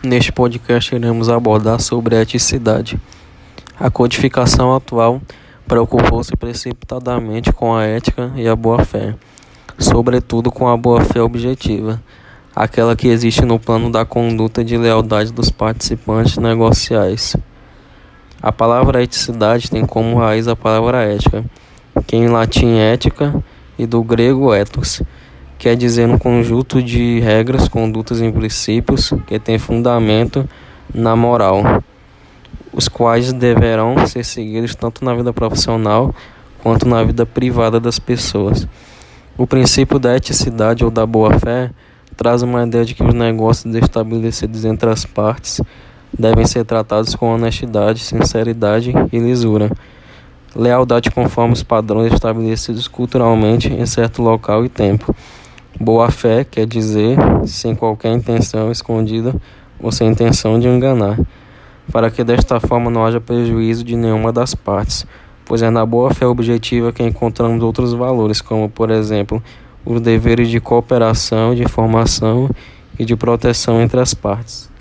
Neste podcast iremos abordar sobre a eticidade. A codificação atual preocupou-se precipitadamente com a ética e a boa-fé, sobretudo com a boa-fé objetiva, aquela que existe no plano da conduta de lealdade dos participantes negociais. A palavra eticidade tem como raiz a palavra ética, que em latim é ética e do grego ethos, quer dizer um conjunto de regras, condutas e princípios que tem fundamento na moral, os quais deverão ser seguidos tanto na vida profissional quanto na vida privada das pessoas. O princípio da eticidade ou da boa-fé traz uma ideia de que os negócios estabelecidos entre as partes devem ser tratados com honestidade, sinceridade e lisura. Lealdade conforme os padrões estabelecidos culturalmente em certo local e tempo. Boa-fé quer dizer sem qualquer intenção escondida ou sem intenção de enganar, para que desta forma não haja prejuízo de nenhuma das partes, pois é na boa-fé objetiva que encontramos outros valores, como, por exemplo, os deveres de cooperação, de informação e de proteção entre as partes.